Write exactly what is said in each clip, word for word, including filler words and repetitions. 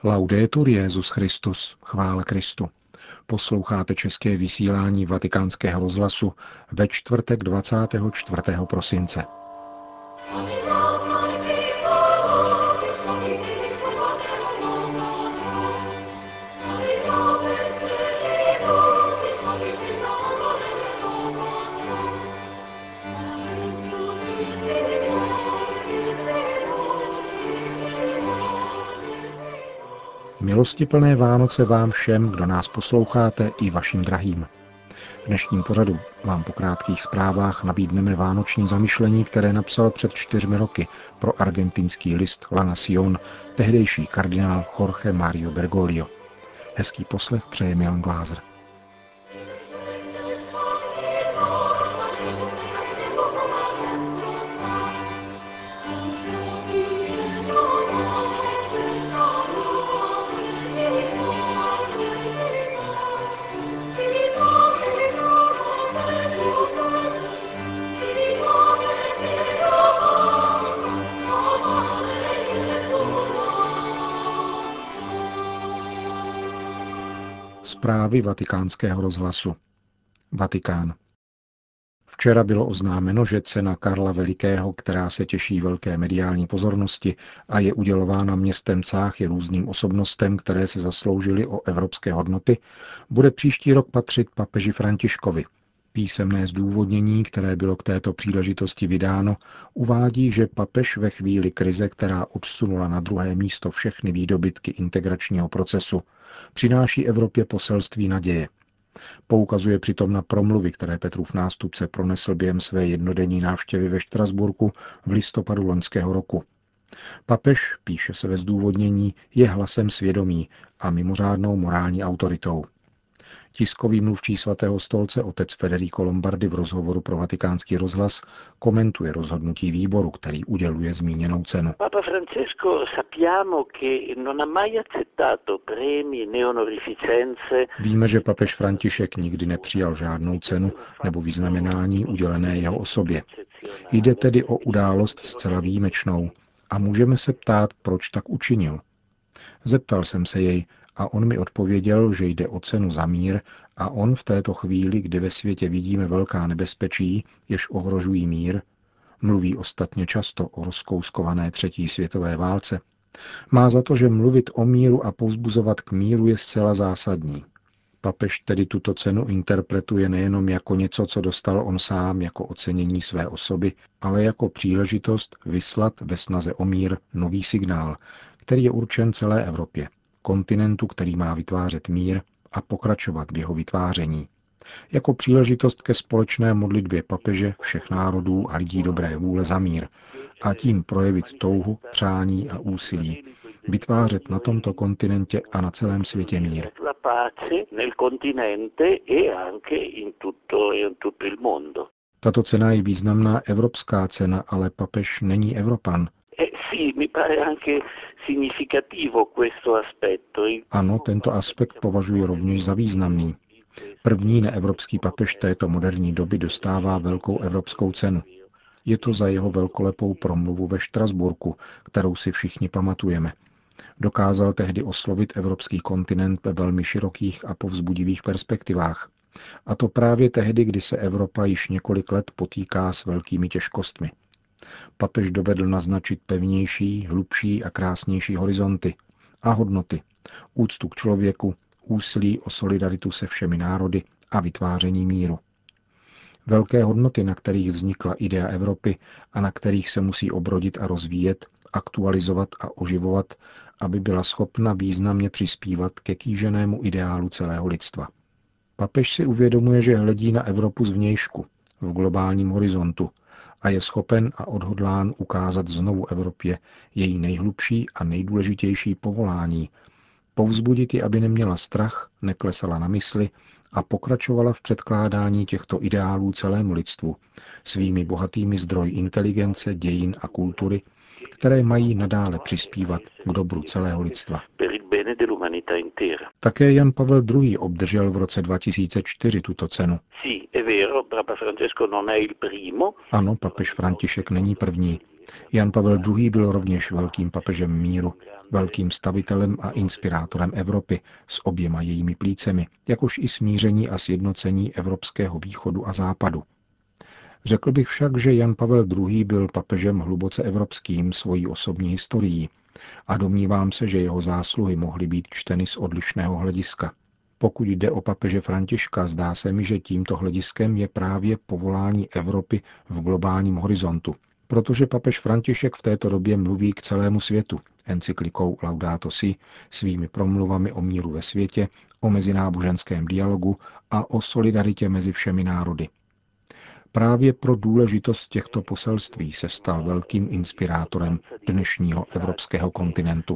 Laudetur Jesus Christus, chvála Kristu. Posloucháte české vysílání Vatikánského rozhlasu ve čtvrtek dvacátého čtvrtého prosince. Milostiplné Vánoce vám všem, kdo nás posloucháte, i vašim drahým. V dnešním pořadu vám po krátkých zprávách nabídneme vánoční zamyšlení, které napsal před čtyřmi roky pro argentinský list La Nación tehdejší kardinál Jorge Mario Bergoglio. Hezký poslech přeje Milan Glázer. Zprávy Vatikánského rozhlasu. Vatikán. Včera bylo oznámeno, že cena Karla Velikého, která se těší velké mediální pozornosti a je udělována městem Cáchy různým osobnostem, které se zasloužily o evropské hodnoty, bude příští rok patřit papeži Františkovi. Písemné zdůvodnění, které bylo k této příležitosti vydáno, uvádí, že papež ve chvíli krize, která odsunula na druhé místo všechny výdobytky integračního procesu, přináší Evropě poselství naděje. Poukazuje přitom na promluvy, které Petrův nástupce pronesl během své jednodenní návštěvy ve Štrasburku v listopadu loňského roku. Papež, píše se ve zdůvodnění, je hlasem svědomí a mimořádnou morální autoritou. Tiskový mluvčí svatého stolce otec Federico Lombardi v rozhovoru pro Vatikánský rozhlas komentuje rozhodnutí výboru, který uděluje zmíněnou cenu. Víme, že papež František nikdy nepřijal žádnou cenu nebo vyznamenání udělené jeho osobě. Jde tedy o událost zcela výjimečnou a můžeme se ptát, proč tak učinil. Zeptal jsem se jej, a on mi odpověděl, že jde o cenu za mír a on v této chvíli, kdy ve světě vidíme velká nebezpečí, jež ohrožují mír, mluví ostatně často o rozkouskované třetí světové válce, má za to, že mluvit o míru a povzbuzovat k míru je zcela zásadní. Papež tedy tuto cenu interpretuje nejenom jako něco, co dostal on sám jako ocenění své osoby, ale jako příležitost vyslat ve snaze o mír nový signál, který je určen celé Evropě. Kontinentu, který má vytvářet mír a pokračovat v jeho vytváření. Jako příležitost ke společné modlitbě papeže všech národů a lidí dobré vůle za mír a tím projevit touhu, přání a úsilí vytvářet na tomto kontinentě a na celém světě mír. Tato cena je významná evropská cena, ale papež není Evropan. Ano, tento aspekt považuji rovněž za významný. První neevropský papež této moderní doby dostává velkou evropskou cenu. Je to za jeho velkolepou promluvu ve Štrasburku, kterou si všichni pamatujeme. Dokázal tehdy oslovit evropský kontinent ve velmi širokých a povzbudivých perspektivách. A to právě tehdy, kdy se Evropa již několik let potýká s velkými těžkostmi. Papež dovedl naznačit pevnější, hlubší a krásnější horizonty a hodnoty, úctu k člověku, úsilí o solidaritu se všemi národy a vytváření míru. Velké hodnoty, na kterých vznikla idea Evropy a na kterých se musí obrodit a rozvíjet, aktualizovat a oživovat, aby byla schopna významně přispívat ke kýženému ideálu celého lidstva. Papež si uvědomuje, že hledí na Evropu zvnějšku, v globálním horizontu, a je schopen a odhodlán ukázat znovu Evropě její nejhlubší a nejdůležitější povolání, povzbudit ji, aby neměla strach, neklesala na mysli a pokračovala v předkládání těchto ideálů celému lidstvu, svými bohatými zdroji inteligence, dějin a kultury, které mají nadále přispívat k dobru celého lidstva. Také Jan Pavel druhý. Obdržel v roce dva tisíce čtyři tuto cenu. Ano, papež František není první. Jan Pavel druhý. Byl rovněž velkým papežem míru, velkým stavitelem a inspirátorem Evropy s oběma jejími plícemi, jakož i smíření a sjednocení evropského východu a západu. Řekl bych však, že Jan Pavel druhý. Byl papežem hluboce evropským svojí osobní historií a domnívám se, že jeho zásluhy mohly být čteny z odlišného hlediska. Pokud jde o papeže Františka, zdá se mi, že tímto hlediskem je právě povolání Evropy v globálním horizontu, protože papež František v této době mluví k celému světu encyklikou Laudato Si, svými promluvami o míru ve světě, o mezináboženském dialogu a o solidaritě mezi všemi národy. Právě pro důležitost těchto poselství se stal velkým inspirátorem dnešního evropského kontinentu.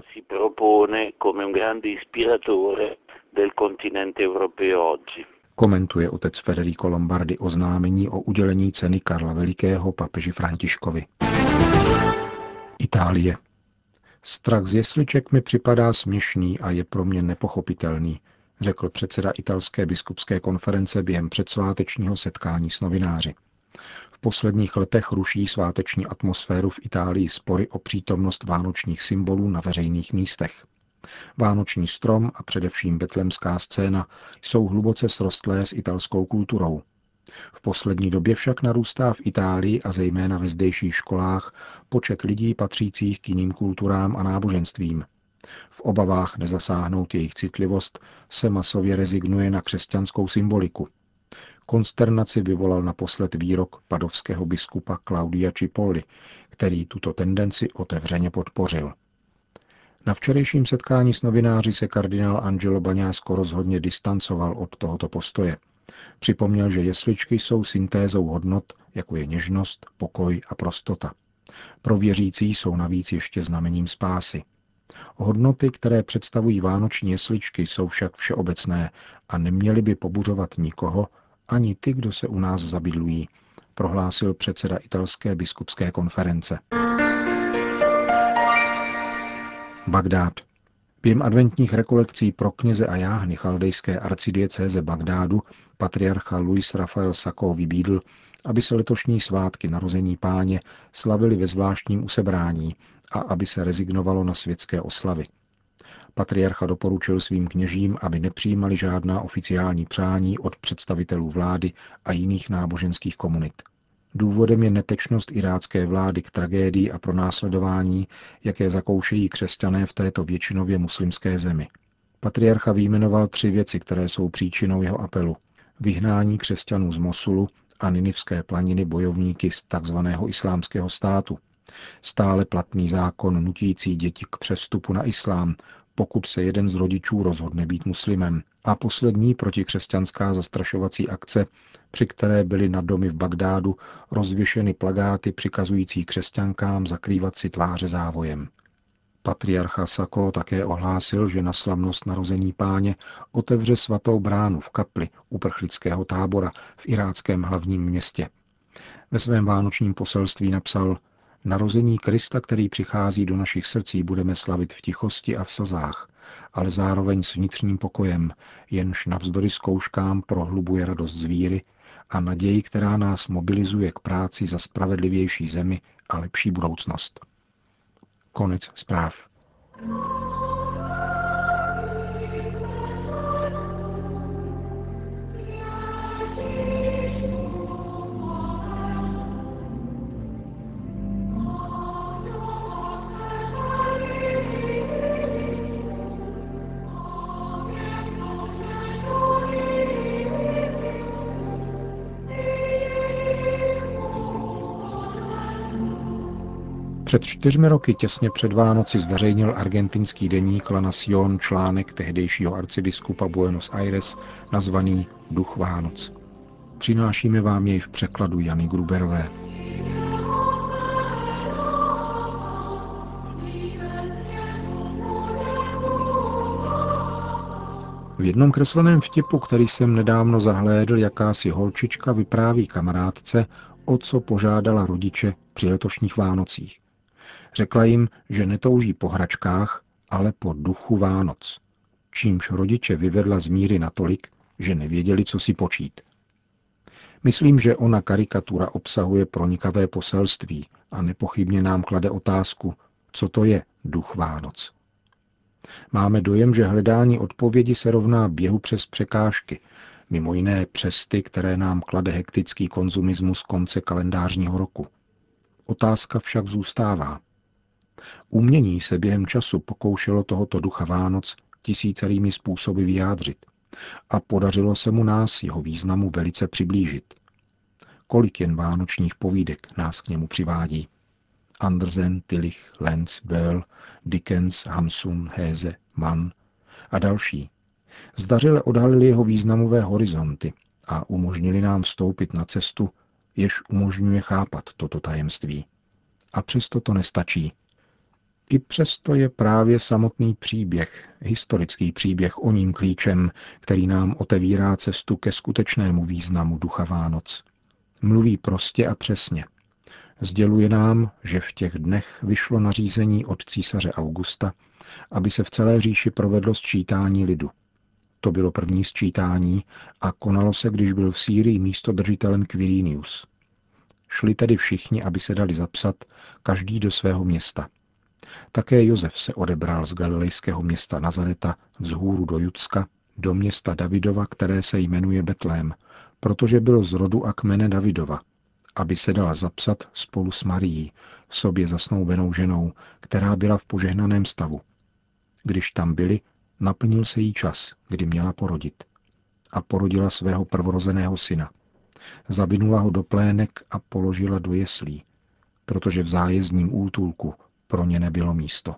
Komentuje otec Federico Lombardi oznámení o udělení ceny Karla Velikého papeži Františkovi. Itálie. Strach z jesliček mi připadá směšný a je pro mě nepochopitelný, řekl předseda italské biskupské konference během předsvátečního setkání s novináři. V posledních letech ruší sváteční atmosféru v Itálii spory o přítomnost vánočních symbolů na veřejných místech. Vánoční strom a především betlemská scéna jsou hluboce srostlé s italskou kulturou. V poslední době však narůstá v Itálii a zejména ve zdejších školách počet lidí patřících k jiným kulturám a náboženstvím. V obavách nezasáhnout jejich citlivost se masově rezignuje na křesťanskou symboliku. Konsternaci vyvolal naposled výrok padovského biskupa Claudia Cipolli, který tuto tendenci otevřeně podpořil. Na včerejším setkání s novináři se kardinál Angelo Bagnasco rozhodně distancoval od tohoto postoje. Připomněl, že jesličky jsou syntézou hodnot, jako je něžnost, pokoj a prostota. Pro věřící jsou navíc ještě znamením spásy. Hodnoty, které představují vánoční jesličky, jsou však všeobecné a neměly by pobuřovat nikoho, ani ty, kdo se u nás zabydlují, prohlásil předseda italské biskupské konference. Bagdád. Během adventních rekolekcí pro kněze a jáhny chaldejské arcidiecéze Bagdádu patriarcha Luis Rafael Sacco vybídl, aby se letošní svátky narození Páně slavily ve zvláštním usebrání a aby se rezignovalo na světské oslavy. Patriarcha doporučil svým kněžím, aby nepřijímali žádná oficiální přání od představitelů vlády a jiných náboženských komunit. Důvodem je netečnost irácké vlády k tragédii a pronásledování, jaké zakoušejí křesťané v této většinově muslimské zemi. Patriarcha vyjmenoval tři věci, které jsou příčinou jeho apelu. Vyhnání křesťanů z Mosulu a Ninivské planiny bojovníky z tzv. Islámského státu. Stále platný zákon nutící děti k přestupu na islám, pokud se jeden z rodičů rozhodne být muslimem. A poslední protikřesťanská zastrašovací akce, při které byly na domy v Bagdádu rozvěšeny plakáty přikazující křesťankám zakrývat si tváře závojem. Patriarcha Sacco také ohlásil, že na slavnost narození Páně otevře svatou bránu v kapli uprchlického tábora v iráckém hlavním městě. Ve svém vánočním poselství napsal: Narození Krista, který přichází do našich srdcí, budeme slavit v tichosti a v slzách, ale zároveň s vnitřním pokojem, jenž navzdory zkouškám prohlubuje radost z víry a naději, která nás mobilizuje k práci za spravedlivější zemi a lepší budoucnost. Konec zpráv. Před čtyřmi roky těsně před Vánoci zveřejnil argentinský deník La Nación článek tehdejšího arcibiskupa Buenos Aires nazvaný Duch Vánoc. Přinášíme vám jej v překladu Jany Gruberové. V jednom kresleném vtipu, který jsem nedávno zahlédl, jakási holčička vypráví kamarádce, o co požádala rodiče při letošních Vánocích. Řekla jim, že netouží po hračkách, ale po duchu Vánoc, čímž rodiče vyvedla z míry natolik, že nevěděli, co si počít. Myslím, že ona karikatura obsahuje pronikavé poselství a nepochybně nám klade otázku, co to je duch Vánoc. Máme dojem, že hledání odpovědi se rovná běhu přes překážky, mimo jiné přes ty, které nám klade hektický konzumismus konce kalendářního roku. Otázka však zůstává. Umění se během času pokoušelo tohoto ducha Vánoc tisícerými způsoby vyjádřit a podařilo se mu nás jeho významu velice přiblížit. Kolik jen vánočních povídek nás k němu přivádí. Andersen, Tillich, Lenz, Böll, Dickens, Hamsun, Hesse, Mann a další. Zdařile odhalili jeho významové horizonty a umožnili nám vstoupit na cestu, jež umožňuje chápat toto tajemství. A přesto to nestačí. I přesto je právě samotný příběh, historický příběh o ním klíčem, který nám otevírá cestu ke skutečnému významu ducha Vánoc. Mluví prostě a přesně. Sděluje nám, že v těch dnech vyšlo nařízení od císaře Augusta, aby se v celé říši provedlo sčítání lidu. To bylo první sčítání a konalo se, když byl v Sýrii místodržitelem Quirinius. Šli tedy všichni, aby se dali zapsat, každý do svého města. Také Josef se odebral z galilejského města Nazareta vzhůru do Judska, do města Davidova, které se jmenuje Betlém, protože byl z rodu a kmene Davidova, aby se dala zapsat spolu s Marií, sobě zasnoubenou ženou, která byla v požehnaném stavu. Když tam byli, naplnil se jí čas, kdy měla porodit. A porodila svého prvorozeného syna. Zavinula ho do plének a položila do jeslí, protože v zájezdním útulku pro ně nebylo místo.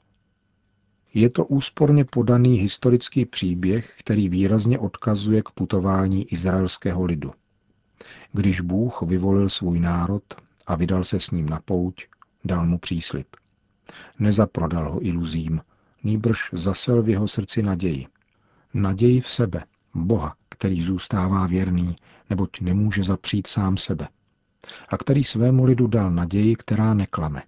Je to úsporně podaný historický příběh, který výrazně odkazuje k putování izraelského lidu. Když Bůh vyvolil svůj národ a vydal se s ním na pouť, dal mu příslib. Nezaprodal ho iluzím, nýbrž zasel v jeho srdci naději. Naději v sebe, Boha, který zůstává věrný, neboť nemůže zapřít sám sebe. A který svému lidu dal naději, která neklame.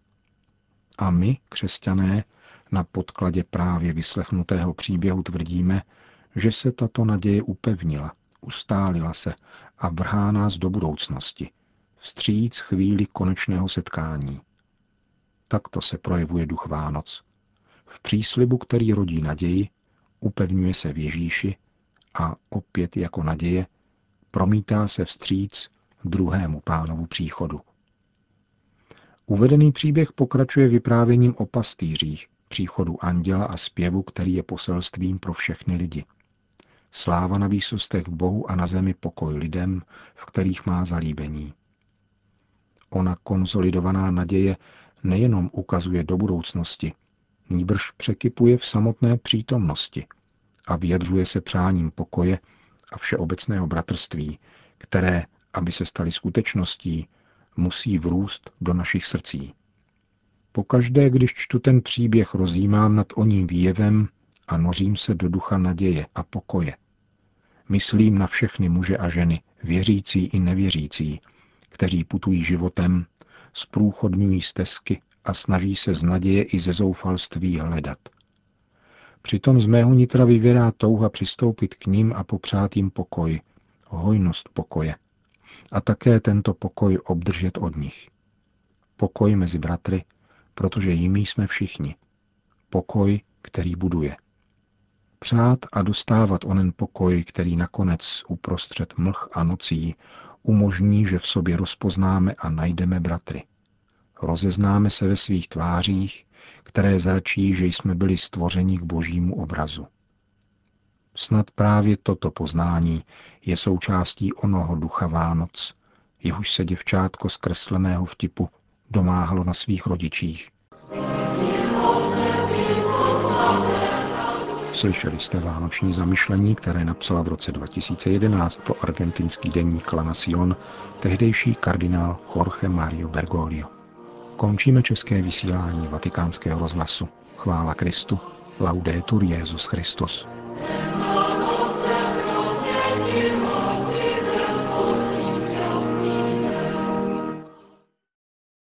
A my, křesťané, na podkladě právě vyslechnutého příběhu tvrdíme, že se tato naděje upevnila, ustálila se a vrhá nás do budoucnosti, vstříc chvíli konečného setkání. Takto se projevuje duch Vánoc. V příslibu, který rodí naději, upevňuje se v Ježíši a opět jako naděje promítá se vstříc druhému Pánovu příchodu. Uvedený příběh pokračuje vyprávěním o pastýřích, příchodu anděla a zpěvu, který je poselstvím pro všechny lidi. Sláva na výsostech Bohu a na zemi pokoj lidem, v kterých má zalíbení. Ona konsolidovaná naděje nejenom ukazuje do budoucnosti, nýbrž překypuje v samotné přítomnosti a vyjadřuje se přáním pokoje a všeobecného bratrství, které, aby se staly skutečností, musí vrůst do našich srdcí. Pokaždé, když čtu ten příběh, rozjímám nad oním výjevem a nořím se do ducha naděje a pokoje. Myslím na všechny muže a ženy, věřící i nevěřící, kteří putují životem, zprůchodňují stezky a snaží se z naděje i ze zoufalství hledat. Přitom z mého nitra vyvěrá touha přistoupit k nim a popřát jim pokoj, hojnost pokoje. A také tento pokoj obdržet od nich. Pokoj mezi bratry, protože jimi jsme všichni. Pokoj, který buduje. Přát a dostávat onen pokoj, který nakonec uprostřed mlh a nocí umožní, že v sobě rozpoznáme a najdeme bratry. Rozeznáme se ve svých tvářích, které zračí, že jsme byli stvořeni k božímu obrazu. Snad právě toto poznání je součástí onoho ducha Vánoc, jehož se děvčátko z kresleného vtipu domáhalo na svých rodičích. Slyšeli jste vánoční zamyšlení, které napsala v roce dva tisíce jedenáct pro argentinský deník La Nación tehdejší kardinál Jorge Mario Bergoglio. Končíme české vysílání Vatikánského rozhlasu. Chvála Kristu. Laudetur Jesus Christus.